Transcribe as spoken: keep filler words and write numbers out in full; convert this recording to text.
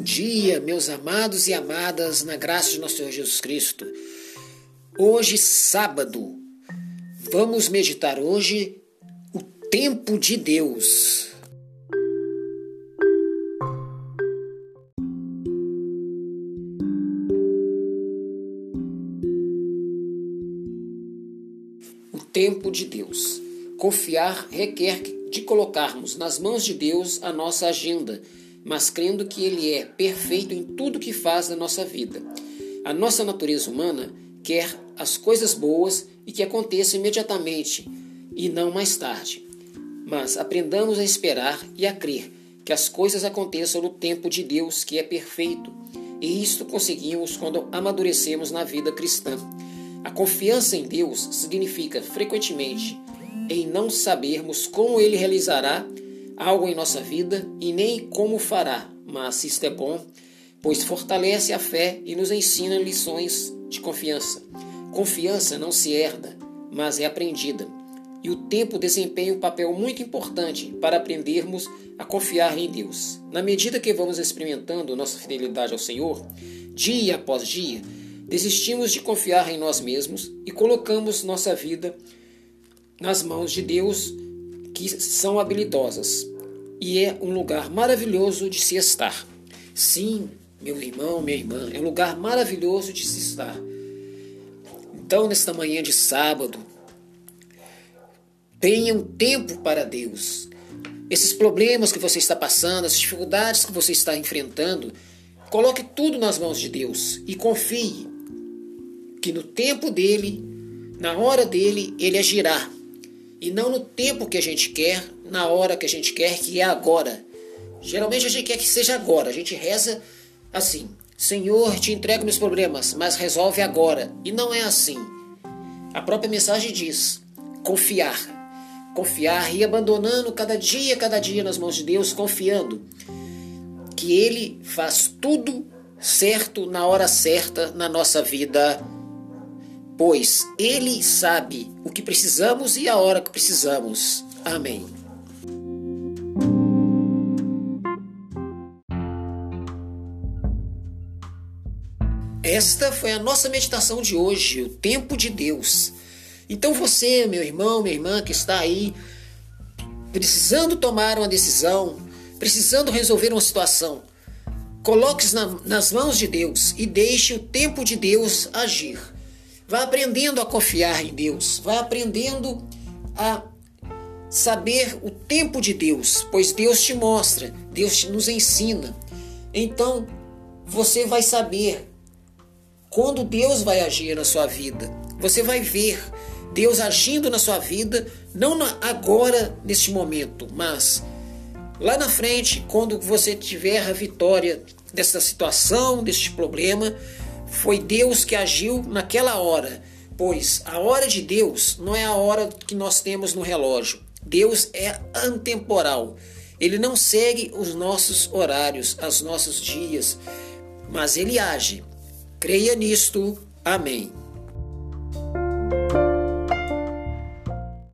Bom dia, meus amados e amadas, na graça de nosso Senhor Jesus Cristo. Hoje, sábado, vamos meditar hoje o tempo de Deus. O tempo de Deus. Confiar requer de colocarmos nas mãos de Deus a nossa agenda, mas crendo que Ele é perfeito em tudo que faz na nossa vida. A nossa natureza humana quer as coisas boas e que aconteçam imediatamente e não mais tarde. Mas aprendamos a esperar e a crer que as coisas aconteçam no tempo de Deus, que é perfeito. E isto conseguimos quando amadurecemos na vida cristã. A confiança em Deus significa, frequentemente, em não sabermos como Ele realizará algo em nossa vida e nem como fará, mas isto é bom, pois fortalece a fé e nos ensina lições de confiança. Confiança não se herda, mas é aprendida. E o tempo desempenha um papel muito importante para aprendermos a confiar em Deus. Na medida que vamos experimentando nossa fidelidade ao Senhor, dia após dia, desistimos de confiar em nós mesmos e colocamos nossa vida nas mãos de Deus, que são habilidosas. E é um lugar maravilhoso de se estar. Sim, meu irmão, minha irmã, é um lugar maravilhoso de se estar. Então, nesta manhã de sábado, tenha um tempo para Deus. Esses problemas que você está passando, as dificuldades que você está enfrentando, coloque tudo nas mãos de Deus e confie que no tempo dele, na hora dele, ele agirá. E não no tempo que a gente quer, na hora que a gente quer, que é agora. Geralmente a gente quer que seja agora. A gente reza assim: Senhor, te entrego meus problemas, mas resolve agora. E não é assim. A própria mensagem diz: confiar. Confiar e abandonando cada dia, cada dia nas mãos de Deus, confiando que Ele faz tudo certo na hora certa na nossa vida, pois Ele sabe o que precisamos e a hora que precisamos. Amém. Esta foi a nossa meditação de hoje, o tempo de Deus. Então você, meu irmão, minha irmã, que está aí, precisando tomar uma decisão, precisando resolver uma situação, coloque-se na, nas mãos de Deus e deixe o tempo de Deus agir. Vai aprendendo a confiar em Deus, vai aprendendo a saber o tempo de Deus, pois Deus te mostra, Deus nos ensina. Então, você vai saber quando Deus vai agir na sua vida. Você vai ver Deus agindo na sua vida, não agora, neste momento, mas lá na frente, quando você tiver a vitória dessa situação, deste problema. Foi Deus que agiu naquela hora, pois a hora de Deus não é a hora que nós temos no relógio. Deus é atemporal. Ele não segue os nossos horários, os nossos dias, mas Ele age. Creia nisto. Amém.